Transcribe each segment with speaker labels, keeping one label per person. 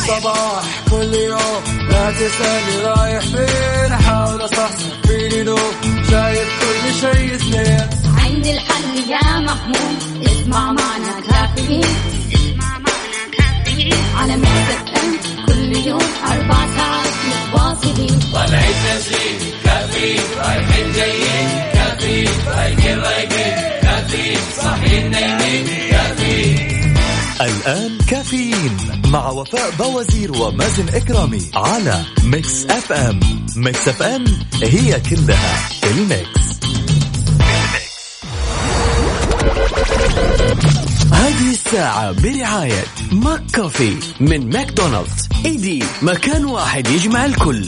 Speaker 1: الصباح كل يوم لا تسألني رايح فين أحاول أصحصح فيني لو شايف كل شيء سنين
Speaker 2: عندي الحل يا محمود اسمع معنا كافيين على ميكس اف ام كل يوم 4 ساعات متواصلين
Speaker 3: طلعت تسليم كافيين رايحين جايين كافيين رايقين رايقين كافيين صاحيين نايمين كافيين.
Speaker 4: الآن كافيين مع وفاء بوازير ومازن إكرامي على ميكس اف ام. ميكس اف ام هي كلها في الميكس. هذه الساعة برعاية ماك كوفي من ماكدونالدز. ايدي مكان واحد يجمع الكل.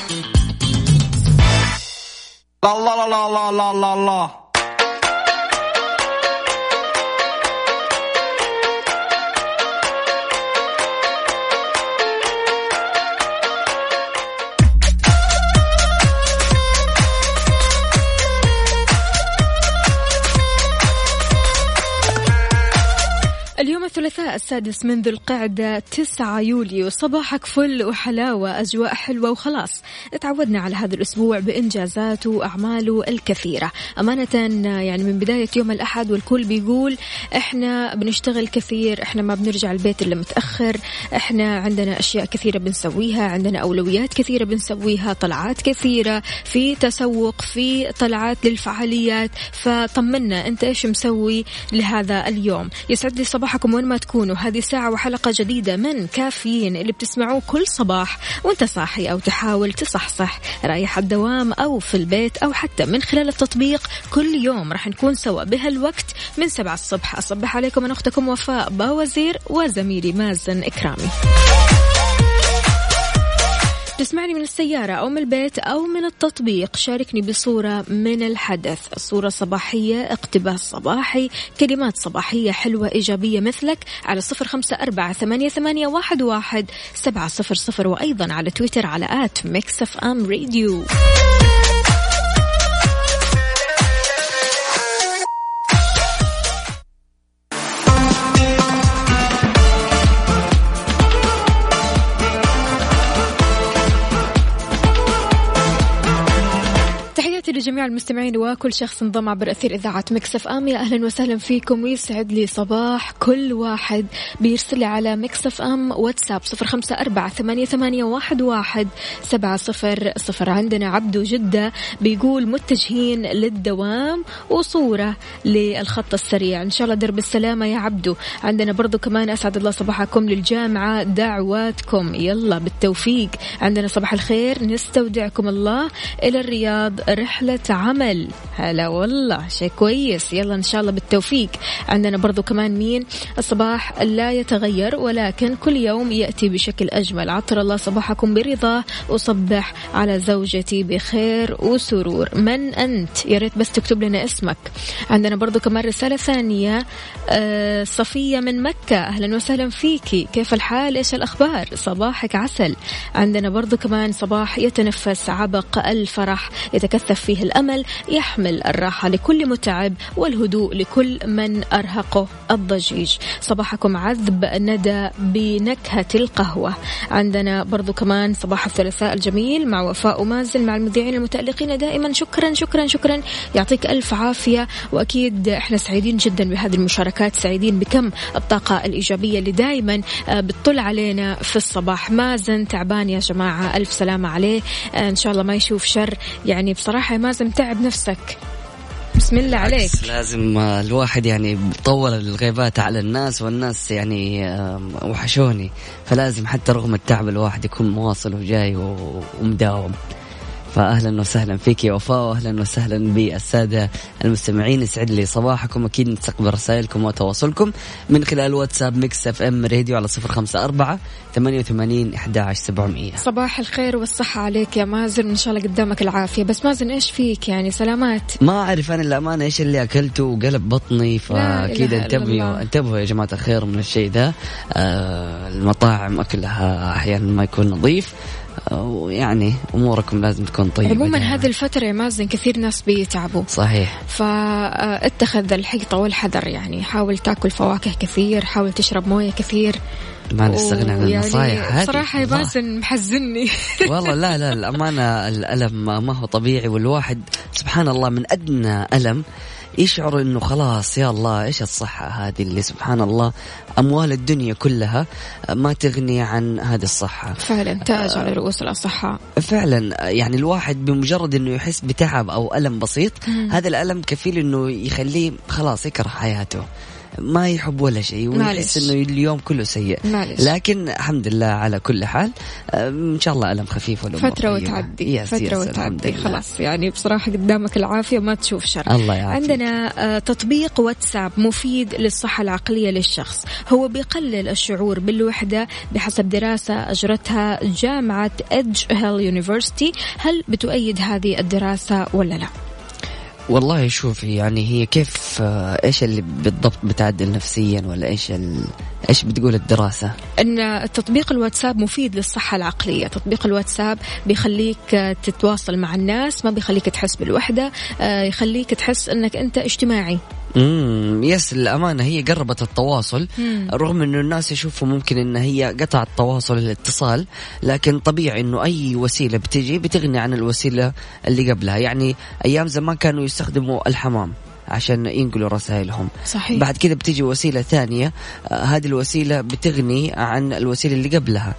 Speaker 1: الله الله الله الله الله الله.
Speaker 5: اليوم الثلاثاء 6 من ذو القعدة 9 يوليو. صباحك فل وحلاوة، أجواء حلوة وخلاص تعودنا على هذا الأسبوع بإنجازاته وأعماله الكثيرة. أمانة يعني من بداية يوم الأحد والكل بيقول إحنا بنشتغل كثير، إحنا ما بنرجع البيت إلا متأخر، إحنا عندنا أشياء كثيرة بنسويها، عندنا أولويات كثيرة بنسويها، طلعات كثيرة، في تسوق، في طلعات للفعاليات. فطمنا أنت إيش مسوي لهذا اليوم. يسعد لي صباحكم وين ما تكونوا. هذه ساعة وحلقة جديدة من كافيين اللي بتسمعوه كل صباح وانت صاحي أو تحاول تصحصح رايح الدوام أو في البيت أو حتى من خلال التطبيق. كل يوم رح نكون سوا بهالوقت من 7 الصبح. أصبح عليكم أنا أختكم وفاء باوزير وزميلي مازن إكرامي. تسمعني من السيارة أو من البيت أو من التطبيق، شاركني بصورة من الحدث، صورة صباحية، اقتباس صباحي، كلمات صباحية حلوة إيجابية مثلك على 0548811700 وأيضا على تويتر على @mixfmradio. لجميع المستمعين وكل شخص انضم عبر أثير إذاعة ميكس اف ام. يا أهلا وسهلا فيكم ويسعد لي صباح كل واحد بيرسل لي على ميكس اف ام واتساب 0548811700. عندنا عبدو جدة بيقول متجهين للدوام وصورة للخط السريع، إن شاء الله درب السلامة يا عبدو. عندنا برضو كمان أسعد الله صباحكم للجامعة دعواتكم، يلا بالتوفيق. عندنا صباح الخير نستودعكم الله إلى الرياض رحلة عمل، هلا والله شيء كويس، يلا إن شاء الله بالتوفيق. عندنا برضو كمان مين الصباح لا يتغير ولكن كل يوم يأتي بشكل أجمل، عطر الله صباحكم برضا، أصبح على زوجتي بخير وسرور. من أنت؟ يا ريت بس تكتب لنا اسمك. عندنا برضو كمان رسالة ثانية صفية من مكة، أهلا وسهلا فيكي، كيف الحال؟ إيش الأخبار؟ صباحك عسل. عندنا برضو كمان صباح يتنفس عبق الفرح، يتكثف فيه الأمل، يحمل الراحة لكل متعب والهدوء لكل من أرهقه الضجيج. صباحكم عذب ندى بنكهة القهوة. عندنا برضو كمان صباح الثلاثاء الجميل مع وفاء ومازن مع المذيعين المتألقين دائما. شكرا شكرا شكرا، يعطيك ألف عافية. وأكيد احنا سعيدين جدا بهذه المشاركات، سعيدين بكم الطاقة الإيجابية اللي دائما بتطل علينا في الصباح. مازن تعبان يا جماعة، ألف سلامة عليه، إن شاء الله ما يشوف شر. يعني بصراحة مازن تعب نفسك، بسم الله عليك.
Speaker 6: لازم الواحد يعني طول الغيبات على الناس، والناس يعني وحشوني، فلازم حتى رغم التعب الواحد يكون مواصل وجاي ومداوم. فأهلا وسهلا فيك يا وفاء، وأهلا وسهلا بالسادة المستمعين. يسعد لي صباحكم. أكيد نستقبل رسائلكم وتواصلكم من خلال واتساب ميكس اف ام راديو على 0548811700.
Speaker 5: صباح الخير والصحة عليك يا مازن، إن شاء الله قدامك العافية. بس مازن إيش فيك يعني؟ سلامات.
Speaker 6: ما أعرف أنا الأمانة إيش اللي أكلته وقلب بطني، فأكيد انتبهوا يا جماعة الخير من الشيء ده. المطاعم أكلها أحيانا ما يكون نظيف، يعني أموركم لازم تكون طيبة.
Speaker 5: عموما هذه الفترة يا مازن كثير ناس بيتعبوا.
Speaker 6: صحيح.
Speaker 5: فاتخذ الحيطة والحذر، يعني حاول تاكل فواكه كثير، حاول تشرب موية كثير.
Speaker 6: ما نستغنى عن النصايح هذه
Speaker 5: صراحة يا مازن محزني
Speaker 6: والله. لا الأمانة الألم ما هو طبيعي، والواحد سبحان الله من أدنى ألم يشعر إنه خلاص يا الله إيش الصحة هذه اللي سبحان الله أموال الدنيا كلها ما تغني عن هذه الصحة.
Speaker 5: فعلا تاج على رؤوس الأصحاء.
Speaker 6: فعلا يعني الواحد بمجرد إنه يحس بتعب أو ألم بسيط هذا الألم كفيل إنه يخليه خلاص يكره حياته، ما يحب ولا شيء ويحس إنه اليوم كله سيء. لكن الحمد لله على كل حال إن شاء الله ألم خفيف ولا
Speaker 5: فترة وتعدي. فترة وتعدي خلاص. يعني بصراحة قدامك العافية ما تشوف شر.
Speaker 6: الله يعافيك.
Speaker 5: عندنا تطبيق واتساب مفيد للصحة العقلية للشخص، هو بيقلل الشعور بالوحدة بحسب دراسة أجرتها جامعة إدج هيل يونيفرسيتي. هل بتؤيد هذه الدراسة ولا لا؟
Speaker 6: والله شوفي يعني هي كيف إيش اللي بالضبط بتعدل نفسيا ولا إيش بتقول الدراسة؟
Speaker 5: إن التطبيق الواتساب مفيد للصحة العقلية. تطبيق الواتساب بيخليك تتواصل مع الناس، ما بيخليك تحس بالوحدة، يخليك تحس إنك أنت اجتماعي.
Speaker 6: يس الأمانة هي قربت التواصل رغم إنه الناس يشوفوا ممكن إن هي قطع التواصل الاتصال، لكن طبيعي إنه أي وسيلة بتجي بتغني عن الوسيلة اللي قبلها. يعني أيام زمان كانوا يستخدموا الحمام عشان ينقلوا رسائلهم.
Speaker 5: صحيح.
Speaker 6: بعد كده بتيجي وسيلة ثانية، هذه الوسيلة بتغني عن الوسيلة اللي قبلها.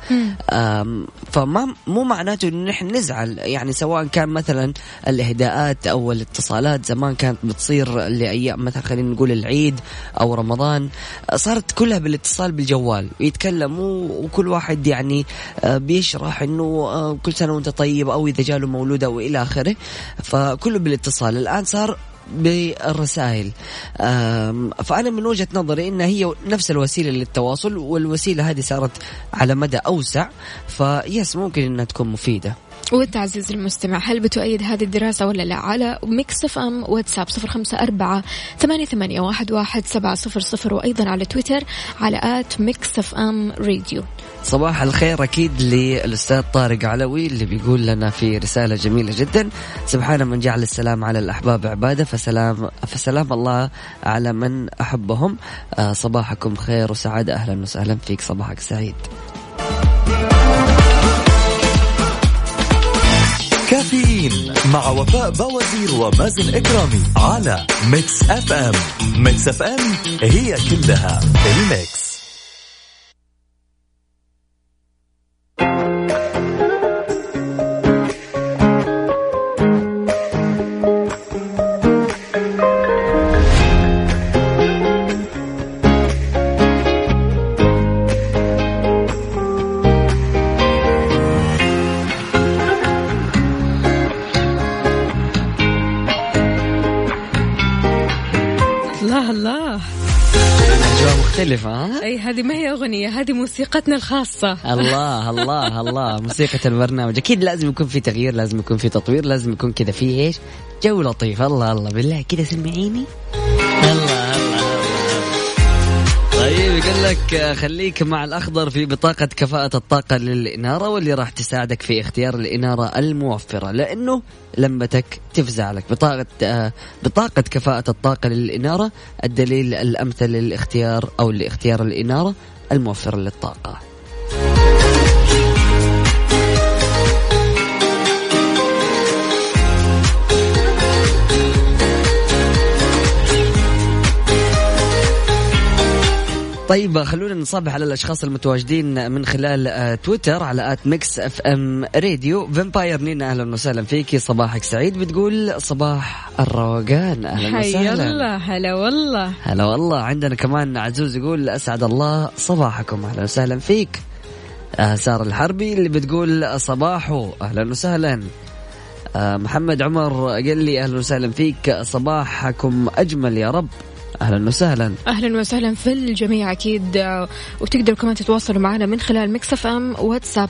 Speaker 6: فما مو معناته إنه نحن نزعل، يعني سواء كان مثلا الإهداءات أو الاتصالات زمان كانت بتصير لأيام مثلا خلينا نقول العيد أو رمضان، صارت كلها بالاتصال بالجوال ويتكلموا وكل واحد يعني بيشرح إنه كل سنة وأنت طيب أو إذا جاله مولود أو إلى آخره، فكله بالاتصال. الآن صار بالرسائل. فأنا من وجهة نظري إن هي نفس الوسيلة للتواصل، والوسيلة هذه صارت على مدى أوسع، فيس ممكن إنها تكون مفيدة.
Speaker 5: وانت عزيز المستمع هل بتؤيد هذه الدراسة ولا لا؟ على ميكس اف ام واتساب 0548811700 وأيضا على تويتر على @mixfmradio.
Speaker 6: صباح الخير أكيد للأستاذ طارق علوي اللي بيقول لنا في رسالة جميلة جدا: سبحان من جعل السلام على الأحباب عبادة فسلام الله على من أحبهم. صباحكم خير وسعادة، أهلا وسهلا فيك، صباحك سعيد.
Speaker 4: كافيين مع وفاء بوازير ومازن إكرامي على ميكس اف ام. ميكس اف ام هي كلها الميكس.
Speaker 5: أي هذه ما هي أغنية، هذه موسيقتنا الخاصة.
Speaker 6: الله الله الله موسيقى البرنامج. أكيد لازم يكون في تغيير، لازم يكون في تطوير، لازم يكون كذا فيه إيش جو لطيف. الله الله بالله كذا سمعيني. الله الله. طيب يقول لك خليك مع الأخضر في بطاقة كفاءة الطاقة للإنارة، واللي راح تساعدك في اختيار الإنارة الموفرة، لأنه لمبتك تفزع لك. بطاقة كفاءة الطاقة للإنارة الدليل الأمثل للاختيار أو لاختيار الإنارة الموفرة للطاقة. طيب خلونا نصبح على الأشخاص المتواجدين من خلال تويتر على @mixfmradio. فامباير نينا أهلا وسهلا فيكي، صباحك سعيد. بتقول صباح الروقان، أهلا وسهلا.
Speaker 5: الله هلا والله.
Speaker 6: هلا والله. عندنا كمان عزوز يقول أسعد الله صباحكم، أهلا وسهلا فيك. سارة الحربي اللي بتقول صباحو، أهلا وسهلا. محمد عمر قال لي أهلا وسهلا فيك، صباحكم أجمل يا رب. أهلا وسهلا.
Speaker 5: أهلا وسهلا في الجميع أكيد. وتقدروا كمان تتواصلوا معنا من خلال ميكس اف ام واتساب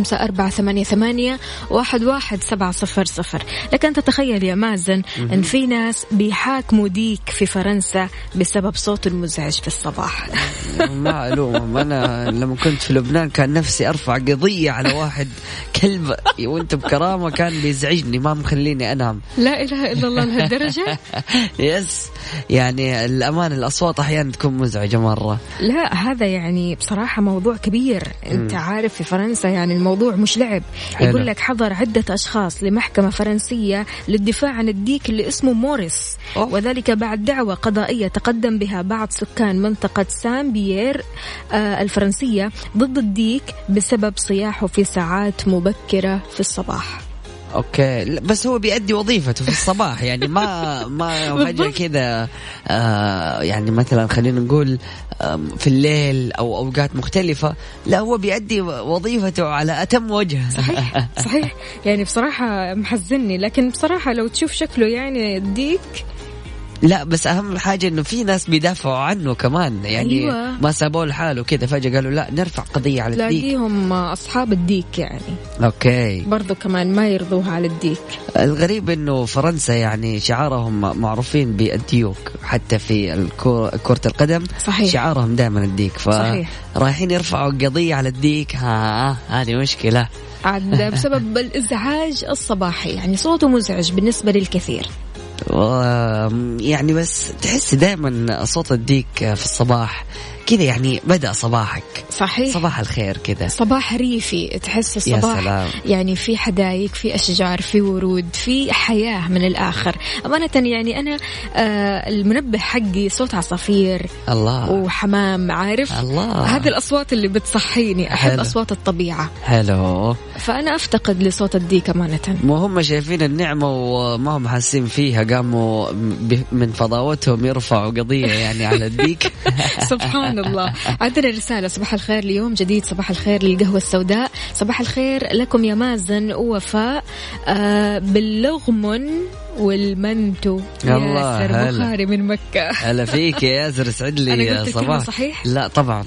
Speaker 5: 0548811700. لكن تتخيل يا مازن أن في ناس بيحاكموا ديك في فرنسا بسبب صوت المزعج في الصباح.
Speaker 6: معلومة، أنا لما كنت في لبنان كان نفسي أرفع قضية على واحد كلب وانت بكرامة كان بيزعجني ما مخليني أنام.
Speaker 5: لا إله إلا الله لهالدرجة.
Speaker 6: يس يعني الأمان الأصوات أحيانا تكون مزعجة مرة.
Speaker 5: لا هذا يعني بصراحة موضوع كبير. أنت عارف في فرنسا يعني الموضوع مش لعب. يقول لك حضر عدة أشخاص لمحكمة فرنسية للدفاع عن الديك اللي اسمه موريس، وذلك بعد دعوة قضائية تقدم بها بعض سكان منطقة سان بيير الفرنسية ضد الديك بسبب صياحه في ساعات مبكرة في الصباح.
Speaker 6: اوكي بس هو بيأدي وظيفته في الصباح يعني ما فجأة كذا يعني مثلا خلينا نقول في الليل او اوقات مختلفة، لا هو بيأدي وظيفته على اتم وجه.
Speaker 5: صحيح صحيح يعني بصراحة محزنني، لكن بصراحة لو تشوف شكله يعني الديك
Speaker 6: لا بس أهم حاجة إنه في ناس بيدافعوا عنه كمان يعني. أيوة. ما سابوه لحاله كده فجأة قالوا لا نرفع قضية على الديك.
Speaker 5: لاقيهم أصحاب الديك يعني.
Speaker 6: أوكي
Speaker 5: برضو كمان ما يرضوها على الديك.
Speaker 6: الغريب إنه فرنسا يعني شعارهم معروفين بالديوك، حتى في كرة القدم صحيح. شعارهم دائما الديك، فرايحين يرفعوا قضية على الديك. هذه مشكلة
Speaker 5: عاد بسبب الإزعاج الصباحي، يعني صوته مزعج بالنسبة للكثير.
Speaker 6: يعني بس تحس دائما صوت الديك في الصباح كذا يعني بدأ صباحك.
Speaker 5: صحيح
Speaker 6: صباح الخير كذا،
Speaker 5: صباح ريفي تحس الصباح يعني في حدايق، في أشجار، في ورود، في حياة من الآخر. أمانة يعني أنا المنبه حقي صوت عصافير الله وحمام، عارف الله. هذه الأصوات اللي بتصحيني. أحب حلو. أصوات الطبيعة حلو، فأنا أفتقد لصوت الديك أمانة.
Speaker 6: ما هم شايفين النعمة وما هم حاسين فيها، قاموا من فضاوتهم يرفعوا قضية يعني على الديك.
Speaker 5: سبحان الله. عندنا رسالة: صباح الخير ليوم جديد، صباح الخير للقهوة السوداء، صباح الخير لكم يا مازن ووفاء باللغمن والمنتو. ياسر بخاري من مكة.
Speaker 6: هلا فيك يا ياسر، اسعد لي صباح.
Speaker 5: صحيح؟
Speaker 6: لا طبعا.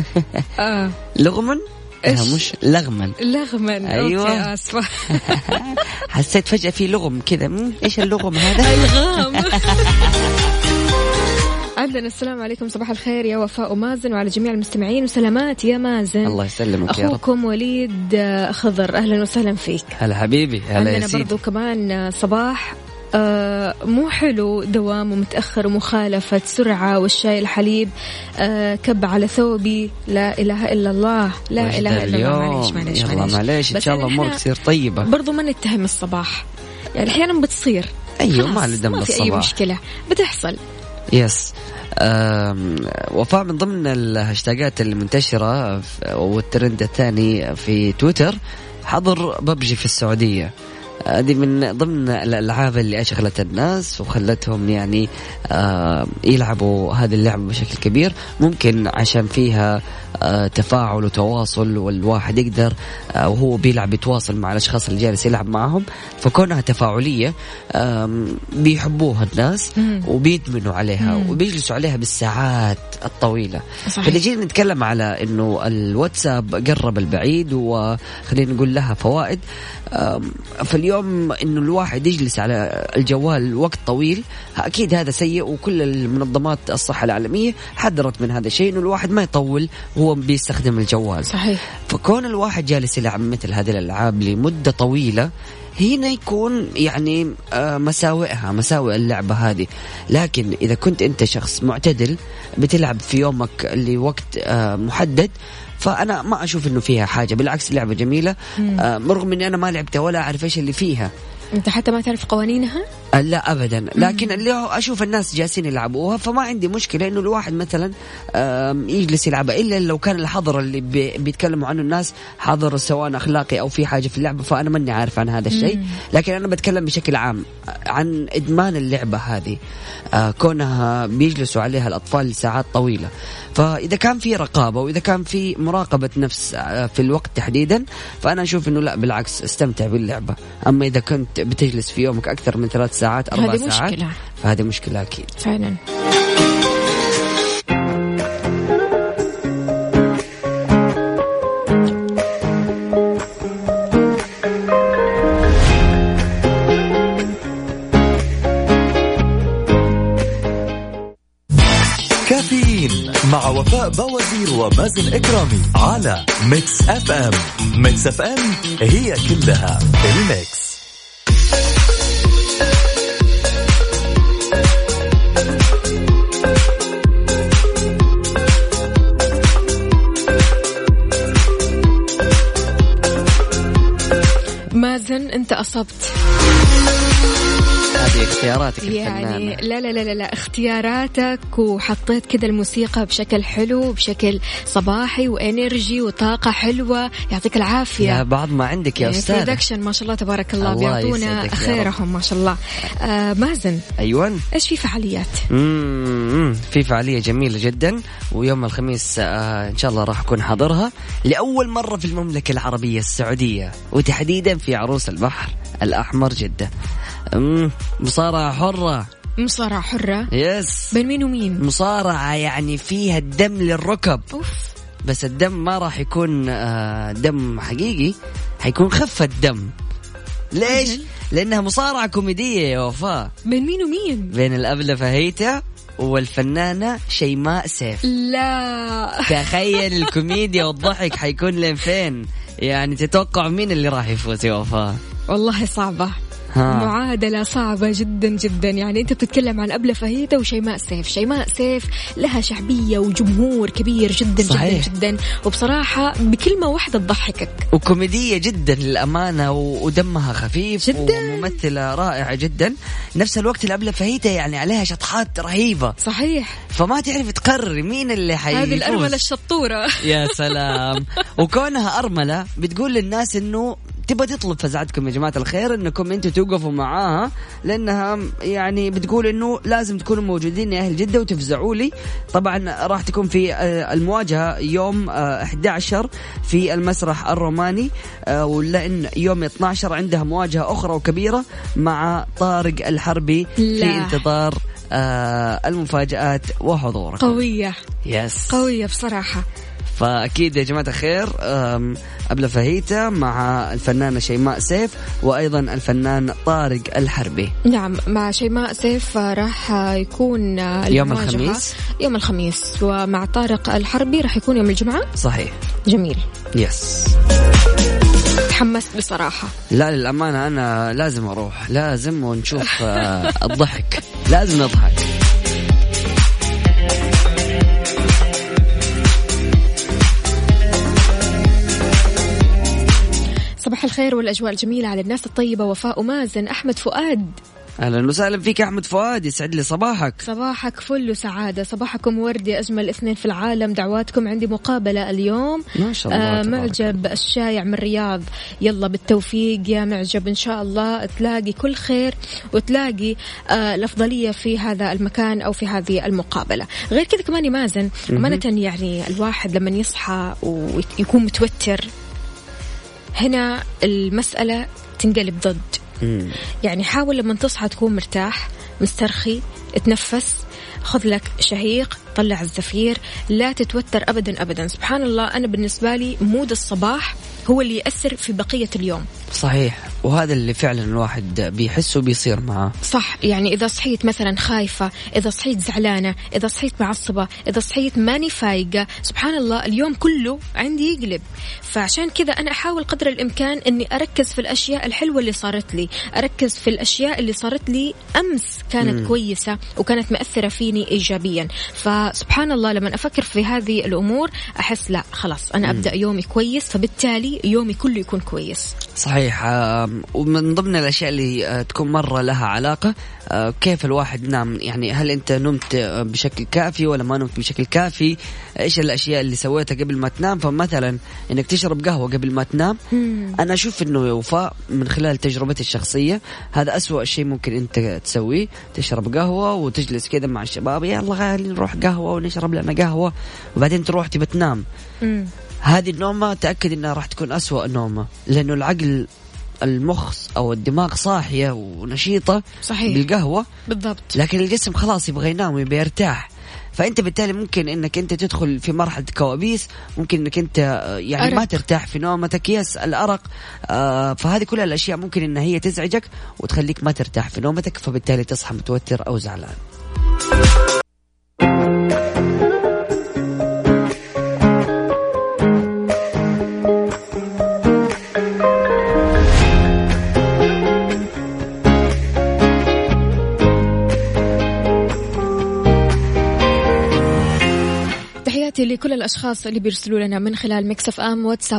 Speaker 6: لغمن مش لغمن.
Speaker 5: لغمن
Speaker 6: أيوة.
Speaker 5: أوكي آسفة.
Speaker 6: حسيت فجأة في لغم كذا. إيش اللغم هذا؟
Speaker 5: الغام. عندنا السلام عليكم، صباح الخير يا وفاء ومازن وعلى جميع المستمعين، وسلامات يا مازن.
Speaker 6: الله يسلمك يا رب.
Speaker 5: أخوكم وليد خضر، أهلا وسهلا فيك.
Speaker 6: هلا حبيبي. هلا يا
Speaker 5: سيدي. عندنا برضو كمان صباح مو حلو، دوام ومتأخر ومخالفة سرعة والشاي الحليب كب على ثوبي، لا إله إلا الله، لا إله إلا الله.
Speaker 6: معليش إن شاء الله أمورك تصير طيبة.
Speaker 5: برضو ما نتهم الصباح، يعني أحيانا بتصير.
Speaker 6: أيوة ما له دم
Speaker 5: بالصباح، ما في أي مشكلة بتحصل.
Speaker 6: يس. وفاء من ضمن الهاشتاجات المنتشرة والترند الثاني في تويتر حظر ببجي في السعودية. هذه من ضمن الألعاب اللي أشغلت الناس وخلتهم يعني يلعبوا هذه اللعبة بشكل كبير، ممكن عشان فيها تفاعل وتواصل، والواحد يقدر وهو بيلعب يتواصل مع الأشخاص اللي جالس يلعب معهم، فكونها تفاعلية بيحبوها الناس وبيدمنوا عليها وبيجلسوا عليها بالساعات الطويلة. فإذا جينا نتكلم على إنه الواتساب قرب البعيد وخلينا نقول لها فوائد، فاليوم إنه الواحد يجلس على الجوال وقت طويل أكيد هذا سيء، وكل المنظمات الصحة العالمية حذرت من هذا الشيء، إنه الواحد ما يطول هو بيستخدم الجوال.
Speaker 5: صحيح.
Speaker 6: فكون الواحد جالس يلعب مثل هذه الألعاب لمدة طويلة هنا يكون يعني مساوئ اللعبة هذه. لكن إذا كنت أنت شخص معتدل بتلعب في يومك لوقت محدد، فأنا ما أشوف إنه فيها حاجة، بالعكس لعبة جميلة. رغم إني أنا ما لعبتها ولا أعرف إيش اللي فيها.
Speaker 5: أنت حتى ما تعرف قوانينها؟
Speaker 6: لا أبدا، لكن اللي أشوف الناس جالسين يلعبوها فما عندي مشكلة إنه الواحد مثلا يجلس يلعبها، إلا لو كان الحظر اللي بيتكلموا عنه الناس حظر سواء أخلاقي أو في حاجة في اللعبة، فأنا ماني عارف عن هذا الشيء. لكن أنا بتكلم بشكل عام عن إدمان اللعبة هذه، كونها بيجلسوا عليها الأطفال لساعات طويلة. فإذا كان في رقابة وإذا كان في مراقبة نفس في الوقت تحديدا، فأنا أشوف إنه لا بالعكس استمتع باللعبة. أما إذا كنت بتجلس في يومك أكثر من 3 ساعات 4 ساعات
Speaker 5: مشكلة.
Speaker 6: فهذه مشكلة أكيد
Speaker 5: فعلا.
Speaker 4: كافيين مع وفاء بوازير ومازن إكرامي على ميكس اف ام. ميكس اف ام هي كلها الميكس.
Speaker 5: مازن أنت أصبت،
Speaker 6: هذه اختياراتك
Speaker 5: يعني
Speaker 6: الفنانة.
Speaker 5: لا اختياراتك، وحطيت كده الموسيقى بشكل حلو، بشكل صباحي وانرجي وطاقة حلوة. يعطيك العافية.
Speaker 6: يا بعض ما عندك يا أستاذ.
Speaker 5: برودكشن ما شاء الله تبارك الله بيعطونا خيرهم ما شاء الله. مازن،
Speaker 6: أيوان،
Speaker 5: إيش في فعاليات؟
Speaker 6: في فعالية جميلة جدا، ويوم الخميس إن شاء الله راح أكون حاضرها لأول مرة في المملكة العربية السعودية، وتحديدا في عروس البحر الأحمر جدة. مصارعة حرة.
Speaker 5: مصارعة حرة؟
Speaker 6: يس.
Speaker 5: بين مين ومين؟
Speaker 6: مصارعة يعني فيها الدم للركب.
Speaker 5: أوف.
Speaker 6: بس الدم ما راح يكون دم حقيقي، حيكون خفة دم. ليش؟ لأنها مصارعة كوميدية يا وفاء.
Speaker 5: بين مين ومين؟
Speaker 6: بين الأبلة فهيتة والفنانة شيماء سيف.
Speaker 5: لا
Speaker 6: تخيل الكوميديا والضحك حيكون لين فين. يعني تتوقع مين اللي راح يفوز يا وفاء؟
Speaker 5: والله صعبة. معادلة صعبة جدا جدا. يعني أنت بتتكلم عن أبلة فهيتة وشيماء سيف. شيماء سيف لها شعبية وجمهور كبير جدا. صحيح. جدا جدا، وبصراحة بكلمة واحدة تضحكك،
Speaker 6: وكوميدية جدا للأمانة، ودمها خفيف
Speaker 5: جدا،
Speaker 6: وممثلة رائعة جدا. نفس الوقت الأبلة فهيتة يعني عليها شطحات رهيبة.
Speaker 5: صحيح.
Speaker 6: فما تعرف تقرر مين اللي حيفوز.
Speaker 5: هذه الأرملة الشطورة.
Speaker 6: يا سلام. وكونها أرملة بتقول للناس إنه تبغى تطلب فزعتكم يا جماعة الخير إنكم أنتوا توقفوا معاها، لأنها يعني بتقول إنه لازم تكونوا موجودين يا أهل جدة وتفزعوا لي. طبعا راح تكون في المواجهة يوم 11 في المسرح الروماني، ولأن يوم 12 عندها مواجهة أخرى وكبيرة مع طارق الحربي. في انتظار المفاجآت وحضورك.
Speaker 5: قوية.
Speaker 6: يس،
Speaker 5: قوية بصراحة.
Speaker 6: فأكيد يا جماعة الخير أبلة فهيتة مع الفنانة شيماء سيف، وأيضا الفنان طارق الحربي.
Speaker 5: نعم، مع شيماء سيف راح يكون يوم الخميس، ومع طارق الحربي راح يكون يوم الجمعة.
Speaker 6: صحيح.
Speaker 5: جميل.
Speaker 6: يس.
Speaker 5: تحمست بصراحة.
Speaker 6: لا للأمانة أنا لازم أروح، لازم ونشوف الضحك، لازم نضحك.
Speaker 5: صباح الخير والأجواء الجميلة على الناس الطيبة. وفاء ومازن. أحمد فؤاد.
Speaker 6: أهلا وسهلا فيك أحمد فؤاد، يسعد لي صباحك.
Speaker 5: صباحك فل وسعادة، صباحكم وردي، أجمل اثنين في العالم. دعواتكم عندي مقابلة اليوم
Speaker 6: ما شاء الله.
Speaker 5: معجب الشايع من الرياض. يلا بالتوفيق يا معجب، إن شاء الله تلاقي كل خير وتلاقي الأفضلية في هذا المكان أو في هذه المقابلة. غير كذا كمان مازن، أمانة يعني الواحد لما يصحى ويكون متوتر، هنا المسألة تنقلب ضد. يعني حاول لما تصحى تكون مرتاح، مسترخي، اتنفس، خذ لك شهيق، طلع الزفير، لا تتوتر أبدا أبدا. سبحان الله، أنا بالنسبة لي مود الصباح هو اللي يأثر في بقية اليوم.
Speaker 6: صحيح، وهذا اللي فعلا الواحد بيحسه بيصير معه.
Speaker 5: صح. يعني إذا صحيت مثلا خايفة، إذا صحيت زعلانة، إذا صحيت معصبة، إذا صحيت ماني فايقة، سبحان الله اليوم كله عندي يقلب. فعشان كذا أنا أحاول قدر الإمكان أني أركز في الأشياء الحلوة اللي صارت لي، أركز في الأشياء اللي صارت لي أمس كانت كويسة وكانت مؤثرة فيني إيجابيا. فسبحان الله لما أفكر في هذه الأمور أحس لا خلاص أنا أبدأ يومي كويس، فبالتالي يومي كله يكون كويس.
Speaker 6: صحيح. ومن ضمن الأشياء اللي تكون مرة لها علاقة كيف الواحد نام. يعني هل أنت نمت بشكل كافي ولا ما نمت بشكل كافي؟ إيش الأشياء اللي سويتها قبل ما تنام؟ فمثلا إنك تشرب قهوة قبل ما تنام، أنا أشوف إنه وفاء من خلال تجربتي الشخصية هذا أسوأ شيء ممكن أنت تسويه. تشرب قهوة وتجلس كده مع الشباب، يلا غالي نروح قهوة ونشرب لنا قهوة، وبعدين تروح تبى تنام. هذه النومة تأكد إنها راح تكون أسوأ نومة، لأنه العقل المخ أو الدماغ صاحية ونشيطة
Speaker 5: صحيح
Speaker 6: بالقهوة
Speaker 5: بالضبط،
Speaker 6: لكن الجسم خلاص يبغى ينام ويبغى يرتاح. فأنت بالتالي ممكن إنك أنت تدخل في مرحلة كوابيس، ممكن إنك أنت يعني
Speaker 5: أرق.
Speaker 6: ما ترتاح في نومتك، يس الأرق. فهذه كل الأشياء ممكن إن هي تزعجك وتخليك ما ترتاح في نومتك، فبالتالي تصحى متوتر أو زعلان.
Speaker 5: لكل الأشخاص اللي بيرسلوا لنا من خلال ميكس اف ام واتساب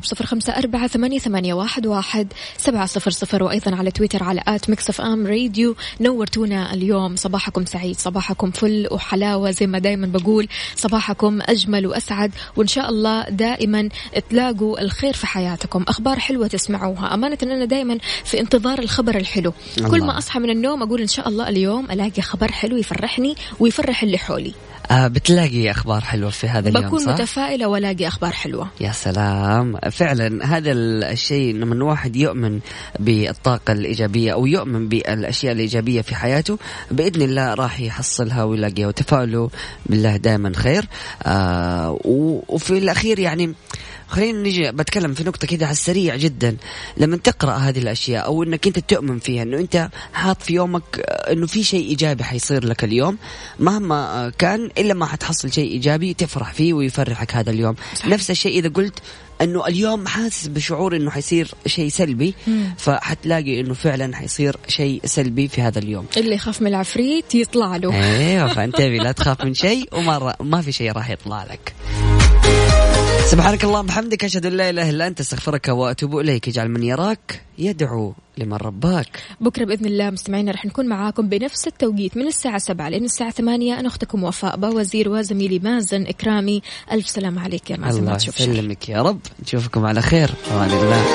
Speaker 5: 0548811700 وأيضا على تويتر على @ميكس اف ام راديو. نورتونا اليوم، صباحكم سعيد، صباحكم فل وحلاوة زي ما دايما بقول، صباحكم أجمل وأسعد، وإن شاء الله دائما تلاقوا الخير في حياتكم، أخبار حلوة تسمعوها. أمانة أنا دائما في انتظار الخبر الحلو، كل ما أصحى من النوم أقول إن شاء الله اليوم ألاقي خبر حلو يفرحني ويفرح اللي حولي.
Speaker 6: بتلاقي أخبار حلوة في هذا اليوم،
Speaker 5: بكون
Speaker 6: صح؟
Speaker 5: متفائلة ولاقي أخبار حلوة.
Speaker 6: يا سلام، فعلا هذا الشيء لما الواحد يؤمن بالطاقة الإيجابية أو يؤمن بالأشياء الإيجابية في حياته بإذن الله راح يحصلها ويلاقيها، وتفاؤلوا بالله دائما خير. وفي الأخير يعني خلينا نجي بتكلم في نقطة كده على السريع جدا. لما تقرأ هذه الأشياء أو إنك أنت تؤمن فيها إنه أنت حاط في يومك إنه في شيء إيجابي حيصير لك اليوم مهما كان، إلا ما حتحصل شيء إيجابي تفرح فيه ويفرحك هذا اليوم. صحيح. نفس الشيء إذا قلت إنه اليوم حاسس بشعور إنه حيصير شيء سلبي، فحتلاقي إنه فعلا حيصير شيء سلبي في هذا اليوم.
Speaker 5: اللي يخاف من العفريت يطلع له.
Speaker 6: أيوة، فانتبه لا تخاف من شيء وما في شيء راح يطلع لك. سبحانك اللهم بحمدك، أشهد أن لا إله إلا أنت، استغفرك وأتوب إليك. اجعل من يراك يدعو لمن رباك.
Speaker 5: بكرة بإذن الله مستمعينا رح نكون معاكم بنفس التوقيت من الساعة 7 لين الساعة 8. أنا أختكم وفاء باوزير وزميلي مازن إكرامي. ألف سلام عليك يا مازن.
Speaker 6: الله يسلمك يا رب، نشوفكم على خير. أمان الله.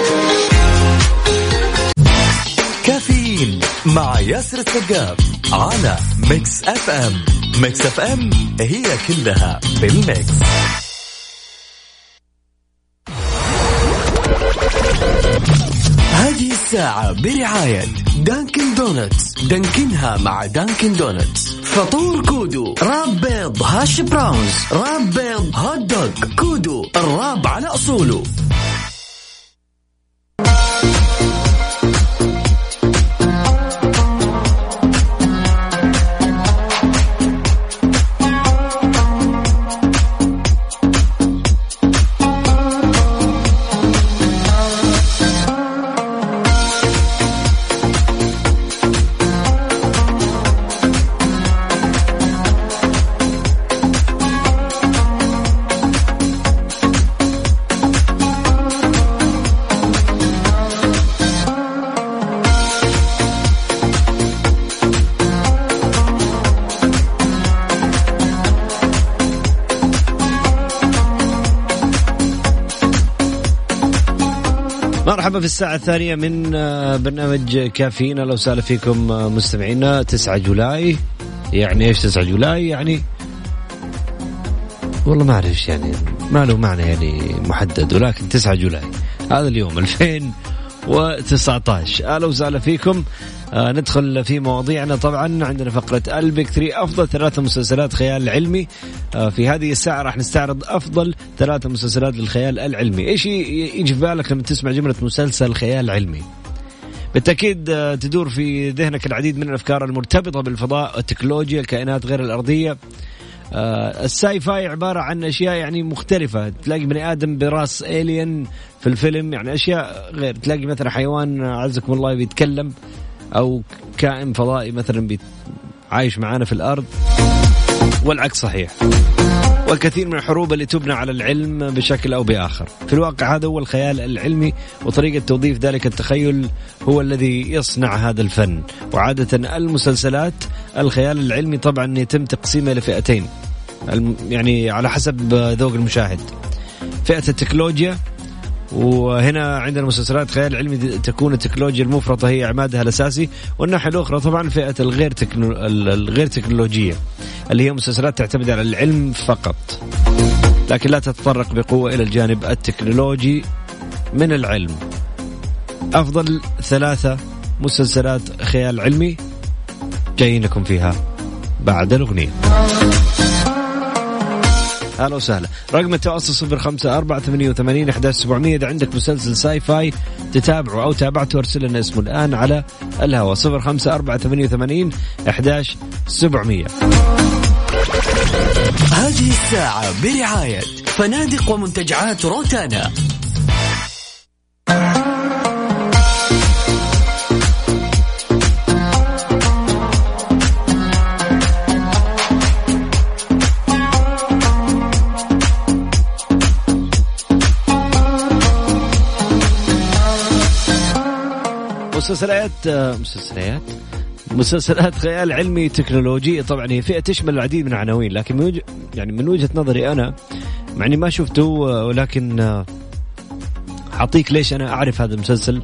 Speaker 4: كافيين مع ياسر السقاف على ميكس اف ام. ميكس اف ام هي كلها بالميكس. هذه الساعة برعاية دانكن دونتس. دانكنها مع دانكن دونتس. فطور كودو، راب بيض هاش براونز، راب بيض هوت دوغ. كودو، الراب على أصوله.
Speaker 7: مرحبا في الساعة الثانية من برنامج كافيين. لو سأل فيكم مستمعينا 9 جولاي، يعني إيش 9 جولاي؟ يعني والله ما أعرف يعني، ما له معنى يعني محدد، ولكن 9 جولاي هذا اليوم 2019. أهلا وسهلا فيكم. ندخل في مواضيعنا. طبعا عندنا فقرة البيك 3 أفضل 3 مسلسلات خيال علمي. في هذه الساعة راح نستعرض أفضل 3 مسلسلات للخيال العلمي. إيش يجي في بالك لما تسمع جملة مسلسل خيال علمي؟ بالتأكيد تدور في ذهنك العديد من الأفكار المرتبطة بالفضاء والتكنولوجيا، الكائنات غير الأرضية. الساي فاي عبارة عن أشياء يعني مختلفة، تلاقي بني آدم براس إيليان في الفيلم، يعني أشياء غير، تلاقي مثلا حيوان عزكم الله بيتكلم، أو كائن فضائي مثلا عايش معانا في الأرض، والعكس صحيح. والكثير من الحروب اللي تبنى على العلم بشكل أو بآخر. في الواقع هذا هو الخيال العلمي، وطريقة توظيف ذلك التخيل هو الذي يصنع هذا الفن. وعادة المسلسلات الخيال العلمي طبعا يتم تقسيمها لفئتين، يعني على حسب ذوق المشاهد. فئة التكنولوجيا، وهنا عندنا مسلسلات خيال علمي تكون التكنولوجيا المفرطة هي عمادها الأساسي. والناحية الأخرى طبعا فئة الغير تكنولوجية، اللي هي مسلسلات تعتمد على العلم فقط، لكن لا تتطرق بقوة إلى الجانب التكنولوجي من العلم. أفضل 3 مسلسلات خيال علمي جايين لكم فيها بعد الأغنية. أهلا وسهلا. رقم التواصل 0548811700. إذا عندك مسلسل ساي فاي تتابعه أو تابعته ارسل لنا اسمه الآن على الهواء 0548811700.
Speaker 4: هذه الساعة برعاية فنادق ومنتجعات روتانا. مسلسلات خيال علمي تكنولوجي. طبعا هي فئة تشمل العديد من العناوين، لكن من وجهة نظري أنا مع إني ما شفته، ولكن حاعطيك ليش أنا أعرف هذا المسلسل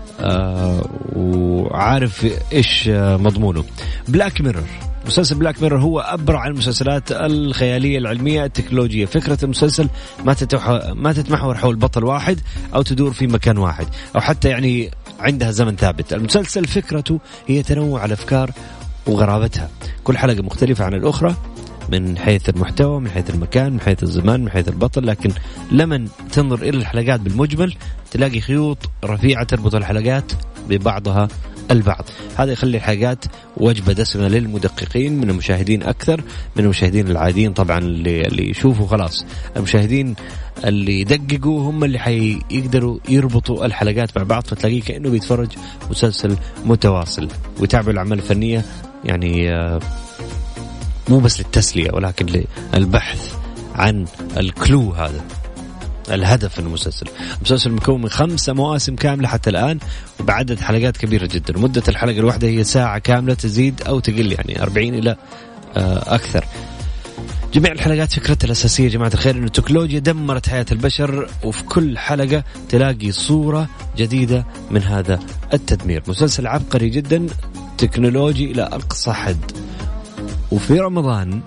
Speaker 4: وعارف إيش مضمونه. بلاك ميرور. مسلسل بلاك ميرور هو أبرع المسلسلات الخيالية العلمية التكنولوجية. فكرة المسلسل ما تتمحور حول بطل واحد أو تدور في مكان واحد أو حتى يعني عندها زمن ثابت. المسلسل فكرته هي تنوع الأفكار وغرابتها، كل حلقة مختلفة عن الأخرى من حيث المحتوى، من حيث المكان، من حيث الزمان، من حيث البطل. لكن لمن تنظر إلى الحلقات بالمجمل تلاقي خيوط رفيعة تربط الحلقات ببعضها البعض. هذا يخلي الحلقات وجبة دسمة للمدققين من المشاهدين أكثر من المشاهدين العاديين. طبعا اللي يشوفوا خلاص، المشاهدين اللي يدققوا هم اللي حيقدروا يربطوا الحلقات مع بعض، فتلاقيه كأنه بيتفرج مسلسل متواصل ويتابعوا الأعمال الفنية، يعني مو بس للتسلية ولكن للبحث عن الكلو. هذا الهدف من المسلسل. المسلسل مكون من 5 مواسم كاملة حتى الآن وبعدد حلقات كبيرة جدا، ومدة الحلقة الواحدة هي ساعة كاملة، تزيد أو تقل يعني 40 إلى أكثر. جميع الحلقات فكرتها الأساسية يا جماعة الخير إنه التكنولوجيا دمرت حياة البشر، وفي كل حلقة تلاقي صورة جديدة من هذا التدمير. مسلسل عبقري جدا، تكنولوجي إلى أقصى حد. وفي رمضان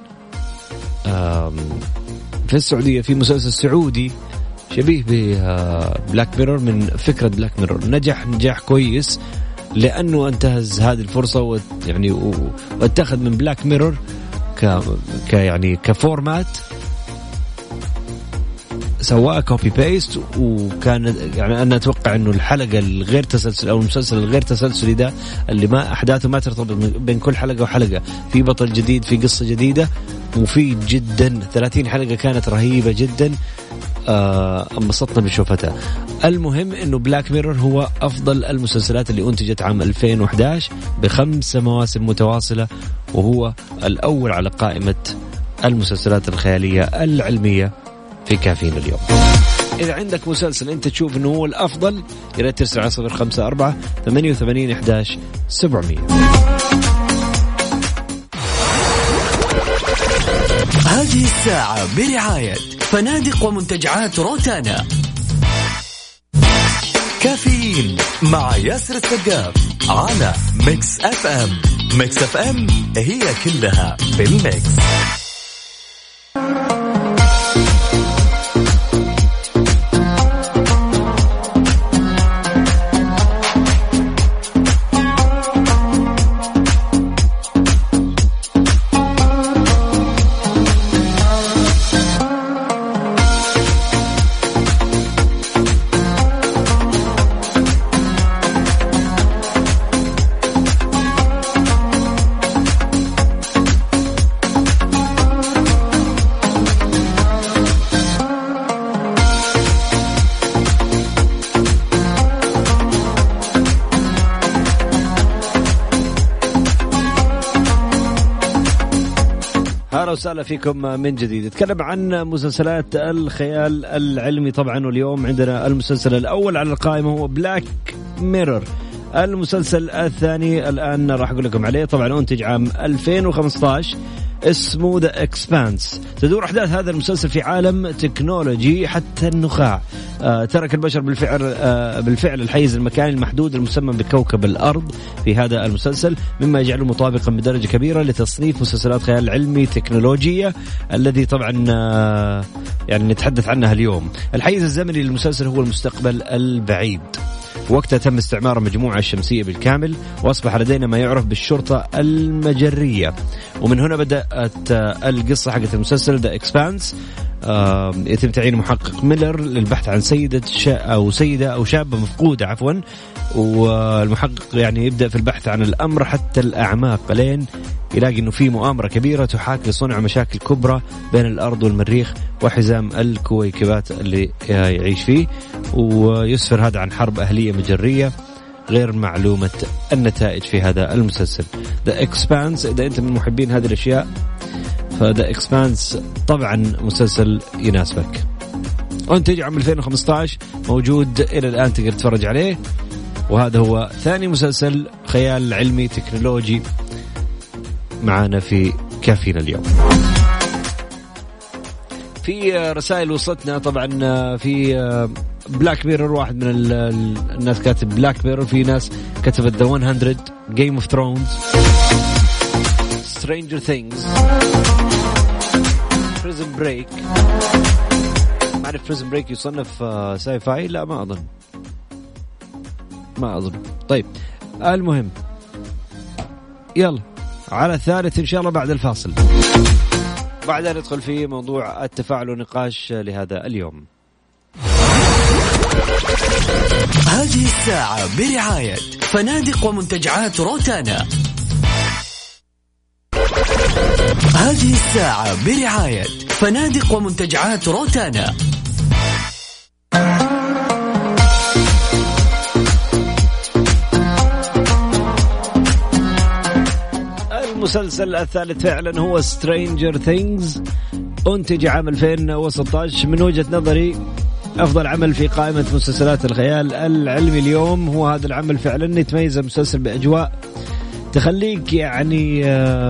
Speaker 4: في السعودية في مسلسل سعودي شبيه ببلاك ميرور من فكرة بلاك ميرور، نجاح كويس لأنه انتهز هذه الفرصة واتخذ من بلاك ميرور يعني كفورمات، سواء كوبي بيست. وكان يعني أنا أتوقع إنه الحلقة الغير تسلسل أو المسلسل الغير تسلسلي ده اللي ما أحداثه ما ترتبط بين كل حلقة وحلقة، في بطل جديد، في قصة جديدة، مفيد جدا. 30 حلقة كانت رهيبة جدا، انبسطنا بشوفتها. المهم إنه بلاك ميرور هو أفضل المسلسلات اللي أنتجت عام 2011 ب5 مواسم متواصلة، وهو الأول على قائمة المسلسلات الخيالية العلمية في كافيين اليوم. إذا عندك مسلسل أنت تشوف أنه هو الأفضل يا ريت ترسل على 0548811700. هذه الساعة برعاية فنادق ومنتجعات روتانا. كافيين مع ياسر السقاف على ميكس اف ام. ميكس اف ام هي كلها في الميكس.
Speaker 7: وسهلا فيكم من جديد. نتكلم عن مسلسلات الخيال العلمي طبعا، واليوم عندنا المسلسل الأول على القائمة هو بلاك ميرور. المسلسل الثاني الآن راح أقول لكم عليه، طبعا أنتج عام 2015، اسمه ذا إكسبانس. تدور أحداث هذا المسلسل في عالم تكنولوجي حتى النخاع. ترك البشر بالفعل الحيز المكاني المحدود المسمى بكوكب الأرض في هذا المسلسل، مما يجعله مطابقا بدرجة كبيرة لتصنيف مسلسلات خيال علمي تكنولوجية الذي طبعا يعني نتحدث عنها اليوم. الحيز الزمني للمسلسل هو المستقبل البعيد، وقتها تم استعمار المجموعة الشمسية بالكامل، وأصبح لدينا ما يعرف بالشرطة المجرية. ومن هنا بدأت القصة حقت المسلسل ذا إكسبانس. يتم تعيين محقق ميلر للبحث عن سيدة أو شابة مفقودة عفوا، والمحقق يعني يبدأ في البحث عن الأمر حتى الأعماق لين يلاقي أنه في مؤامرة كبيرة تحاكي صنع مشاكل كبرى بين الأرض والمريخ وحزام الكويكبات اللي يعيش فيه، ويسفر هذا عن حرب أهلية مجرية غير معلومة النتائج في هذا المسلسل The Expanse. إذا أنت من محبين هذه الأشياء فذا إكسبانس طبعا مسلسل يناسبك. أنتج عام 2015، موجود إلى الآن تقدر تتفرج عليه، وهذا هو ثاني مسلسل خيال علمي تكنولوجي معنا في كافينا اليوم. في رسائل وصلتنا طبعا في بلاك ميرور، واحد من الناس كاتب بلاك ميرور، في ناس كتبت The 100, Game of Thrones, Stranger Things, Prison Break. ما أعرف Prison Break يصنف ساي فاي؟ لا ما أظن. طيب المهم يلا على الثالث إن شاء الله بعد الفاصل، بعدها ندخل في موضوع التفاعل ونقاش لهذا اليوم.
Speaker 4: هذه الساعة برعاية فنادق ومنتجعات روتانا. هذه الساعة برعاية فنادق ومنتجعات روتانا.
Speaker 7: المسلسل الثالث فعلا هو Stranger Things، أنتج عام 2016. من وجهة نظري أفضل عمل في قائمة مسلسلات الخيال العلمي اليوم هو هذا العمل. فعلا يتميز المسلسل بأجواء تخليك يعني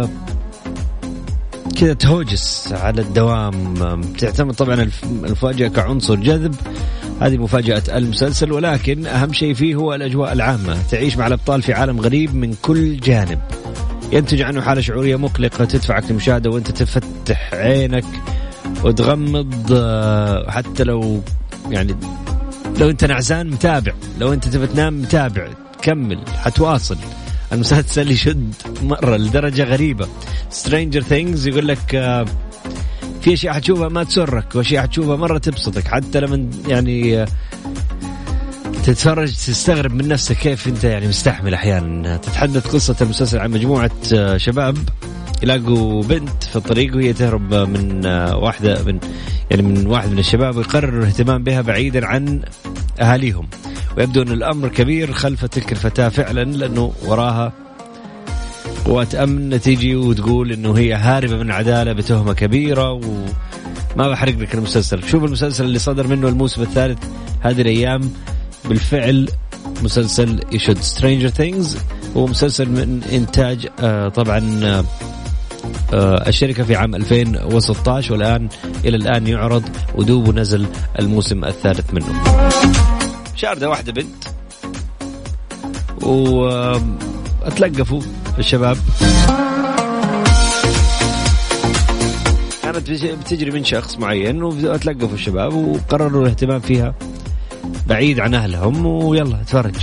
Speaker 7: كذا تهوجس على الدوام. تعتمد طبعا المفاجأة كعنصر جذب، هذه مفاجأة المسلسل، ولكن أهم شيء فيه هو الأجواء العامة. تعيش مع الأبطال في عالم غريب من كل جانب، ينتج عنه حالة شعورية مقلقة تدفعك للمشاهدة وانت تفتح عينك وتغمض، حتى لو انت نعسان متابع، لو انت تبى تنام متابع، كمل حتواصل. المسلسل يشد مرة لدرجة غريبة. Stranger Things يقول لك في أشياء حتشوفها ما تسرك، وأشياء حتشوفها مرة تبسطك، حتى لما يعني تتفرج تستغرب من نفسك كيف انت يعني مستحمل. احيانا تتحدث قصة المسلسل عن مجموعة شباب يلاقوا بنت في الطريق وهي تهرب من واحد من الشباب، ويقرروا الاهتمام بها بعيدا عن اهاليهم، ويبدو ان الامر كبير خلف تلك الفتاة فعلا، لانه وراها قوات امن تيجي وتقول انه هي هاربة من العدالة بتهمة كبيرة. وما بحرق لك المسلسل، شوف المسلسل اللي صدر منه الموسم الثالث هذه الايام، بالفعل مسلسل يشد. Stranger Things هو مسلسل من إنتاج طبعا الشركة في عام 2016، والآن إلى الآن يعرض ودوب نزل الموسم الثالث منه. شاردة واحدة بنت واتلقفوا الشباب، كانت بتجري من شخص معين واتلقفوا الشباب وقرروا الاهتمام فيها بعيد عن أهلهم. ويلا اتفرج.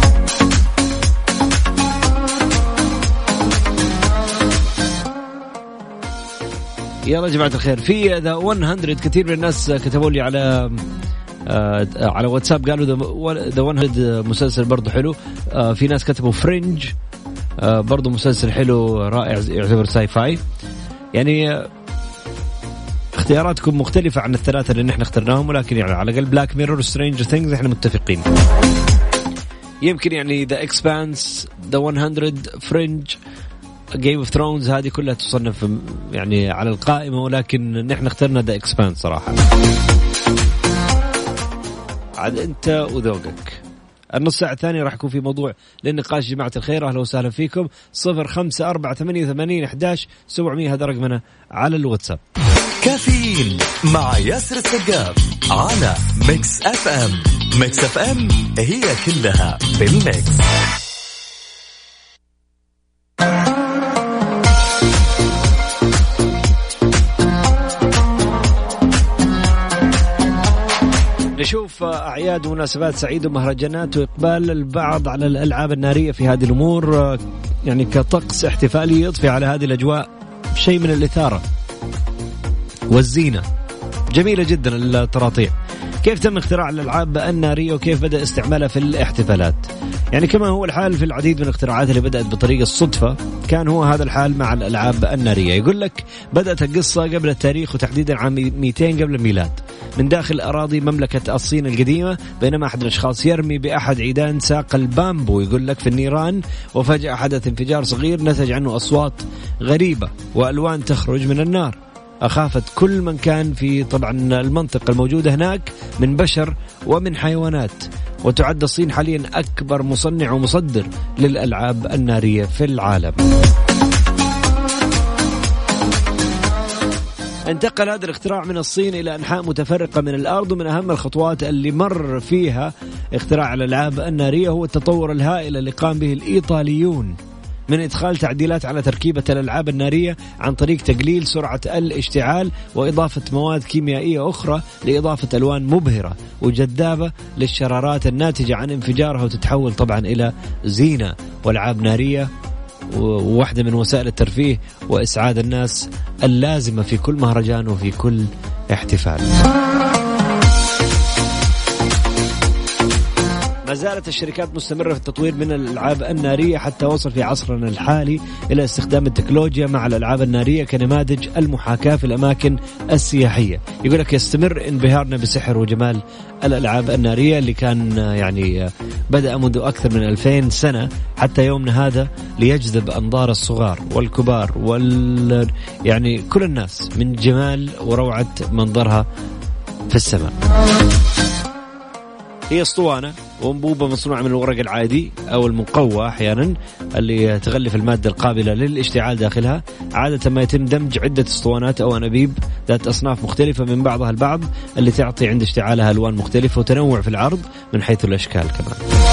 Speaker 7: يلا جماعة الخير، في ذا 100 كثير من الناس كتبوا لي على واتساب قالوا ذا 100 مسلسل برضو حلو. في ناس كتبوا فرنج برضو مسلسل حلو رائع يعتبر ساي فاي. يعني اختياراتكم مختلفة عن الثلاثة اللي نحن اخترناهم، ولكن يعني على الأقل بلاك ميرور وسترينجر ثينجز احنا متفقين. يمكن يعني ذا إكسبانس، ذا 100، فرنج، جيم اوف ثرونز هذه كلها تصنف يعني على القائمة، ولكن نحن اخترنا ذا إكسبانس صراحة. عاد انت وذوقك. النص ساعة الثانية راح يكون في موضوع للنقاش. جماعة الخير أهلا وسهلا فيكم. 0548811700 هذا رقمنا على الواتساب.
Speaker 4: كافيين مع ياسر السقاف على ميكس اف ام. ميكس اف ام هي كلها بالميكس.
Speaker 7: نشوف أعياد ومناسبات سعيدة ومهرجانات وإقبال البعض على الألعاب النارية في هذه الأمور، يعني كطقس احتفالي يضفي على هذه الأجواء شيء من الإثارة والزينة. جميلة جدا الطراطيع. كيف تم اختراع الألعاب النارية وكيف بدأ استعمالها في الاحتفالات؟ يعني كما هو الحال في العديد من الاختراعات اللي بدأت بطريقة الصدفة، كان هو هذا الحال مع الألعاب النارية. يقول لك بدأت القصة قبل التاريخ وتحديدا عام 200 قبل الميلاد من داخل أراضي مملكة الصين القديمة، بينما أحد الأشخاص يرمي بأحد عيدان ساق البامبو يقول لك في النيران، وفجأة حدث انفجار صغير نتج عنه أصوات غريبة وألوان تخرج من النار. أخافت كل من كان في طبعا المنطقة الموجودة هناك من بشر ومن حيوانات. وتعد الصين حاليا أكبر مصنع ومصدر للألعاب النارية في العالم. انتقل هذا الاختراع من الصين إلى أنحاء متفرقة من الأرض، ومن أهم الخطوات اللي مر فيها اختراع الألعاب النارية هو التطور الهائل اللي قام به الإيطاليون من إدخال تعديلات على تركيبة الألعاب النارية عن طريق تقليل سرعة الاشتعال وإضافة مواد كيميائية أخرى لإضافة ألوان مبهرة وجذابة للشرارات الناتجة عن انفجارها، وتتحول طبعا إلى زينة وألعاب نارية وواحدة من وسائل الترفيه وإسعاد الناس اللازمة في كل مهرجان وفي كل احتفال. ما زالت الشركات مستمرة في التطوير من الألعاب النارية حتى وصل في عصرنا الحالي إلى استخدام التكنولوجيا مع الألعاب النارية كنماذج المحاكاة في الأماكن السياحية. يقول لك يستمر انبهارنا بسحر وجمال الألعاب النارية اللي كان يعني بدأ منذ أكثر من 2000 سنة حتى يومنا هذا، ليجذب أنظار الصغار والكبار يعني كل الناس من جمال وروعة منظرها في السماء. هي اسطوانة وانبوبة مصنوعة من الورق العادي أو المقوى أحيانا اللي تغلف المادة القابلة للاشتعال داخلها. عادة ما يتم دمج عدة اسطوانات أو أنابيب ذات أصناف مختلفة من بعضها البعض اللي تعطي عند اشتعالها ألوان مختلفة وتنوع في العرض من حيث الأشكال كمان.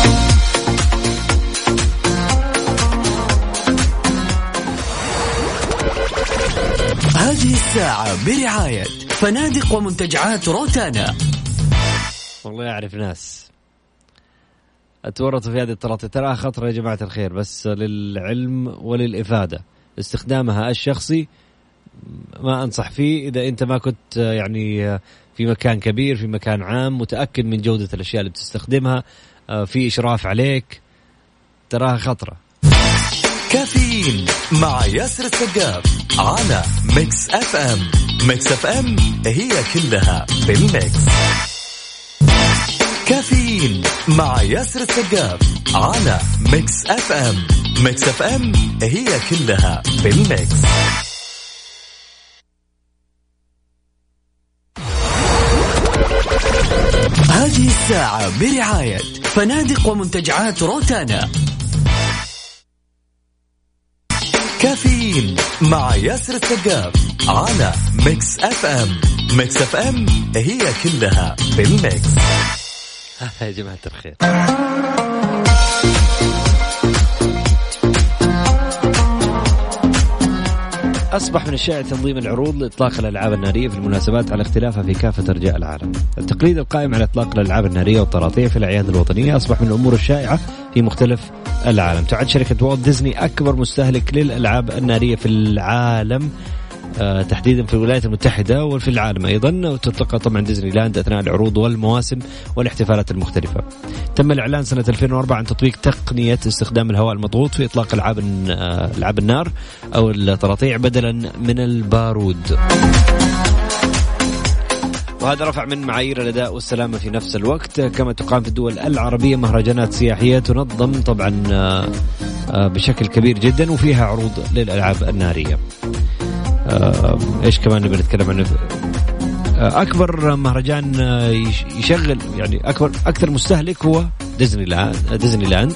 Speaker 4: هذه الساعة برعاية فنادق ومنتجعات روتانا.
Speaker 7: والله يعرف ناس اتورطوا في هذه الطراطيع، تراها خطرة يا جماعة الخير، بس للعلم وللإفادة. استخدامها الشخصي ما أنصح فيه إذا أنت ما كنت يعني في مكان كبير في مكان عام متأكد من جودة الأشياء اللي بتستخدمها، في إشراف عليك، تراها خطرة.
Speaker 4: كافيين مع ياسر السقاف على ميكس اف ام. ميكس اف ام هي كلها بالميكس. كافيين مع ياسر السقاف على ميكس اف ام. ميكس اف ام هي كلها بالميكس. هذه الساعة برعاية فنادق ومنتجعات روتانا. كافيين مع ياسر السقاف على ميكس اف ام. ميكس اف ام هي كلها بالميكس.
Speaker 7: يا جماعة الخير، أصبح من الشائع تنظيم العروض لإطلاق الألعاب النارية في المناسبات على اختلافها في كافة أرجاء العالم. التقليد القائم على إطلاق الألعاب النارية والطراطيع في الأعياد الوطنية أصبح من الأمور الشائعة في مختلف العالم. تعد شركة والت ديزني أكبر مستهلك للألعاب النارية في العالم، تحديدا في الولايات المتحدة وفي العالم أيضا، وتطلق طبعا ديزني لاند أثناء العروض والمواسم والاحتفالات المختلفة. تم الإعلان سنة 2004 عن تطبيق تقنية استخدام الهواء المضغوط في إطلاق ألعاب النار أو الطراطيع بدلا من البارود، وهذا رفع من معايير الأداء والسلامة في نفس الوقت. كما تقام في الدول العربية مهرجانات سياحية تنظم طبعا بشكل كبير جدا وفيها عروض للألعاب النارية. ايش كمان نبي نتكلم عنه؟ اكبر مهرجان يشغل يعني اكثر مستهلك هو ديزني لاند.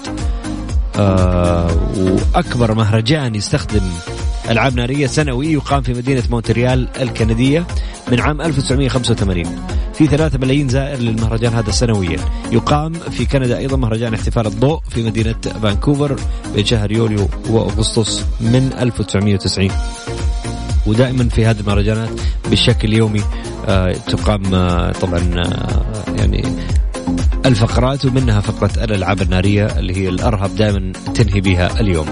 Speaker 7: واكبر مهرجان يستخدم العاب ناريه سنوي يقام في مدينه مونتريال الكنديه من عام 1985. في 3 ملايين زائر للمهرجان هذا سنويا. يقام في كندا ايضا مهرجان احتفال الضوء في مدينه فانكوفر بين شهر يوليو واغسطس من 1990. ودائما في هذه المهرجانات بشكل يومي تقام طبعا يعني الفقرات، ومنها فقرة الألعاب النارية اللي هي الأرهب دائما تنهي بها اليوم.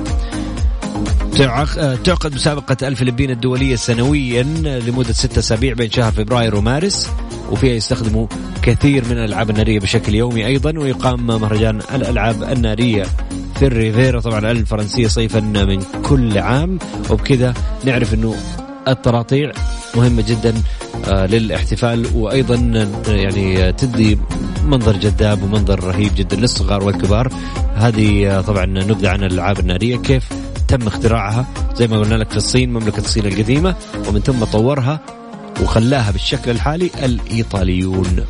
Speaker 7: تعقد مسابقة الفلبين الدولية سنويا لمدة 6 أسابيع بين شهر فبراير ومارس، وفيها يستخدموا كثير من الألعاب النارية بشكل يومي أيضا. ويقام مهرجان الألعاب النارية في الريفيرا طبعا الفرنسية صيفا من كل عام. وبكذا نعرف أنه الطراطيع مهمة جدا للاحتفال، وأيضا يعني تدي منظر جذاب ومنظر رهيب جدا للصغار والكبار. هذه طبعا نبذة عن الألعاب النارية، كيف تم اختراعها زي ما قلنا لك في الصين، مملكة الصين القديمة، ومن ثم طورها وخلاها بالشكل الحالي الإيطاليون.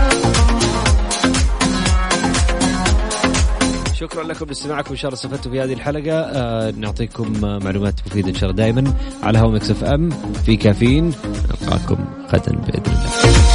Speaker 7: شكرا لكم لاستماعكم، إن شاء الله استفدتوا في هذه الحلقة. نعطيكم معلومات مفيدة إن شاء الله دائما على هوا ميكس اف ام في كافيين. نلقاكم غدا بإذن الله.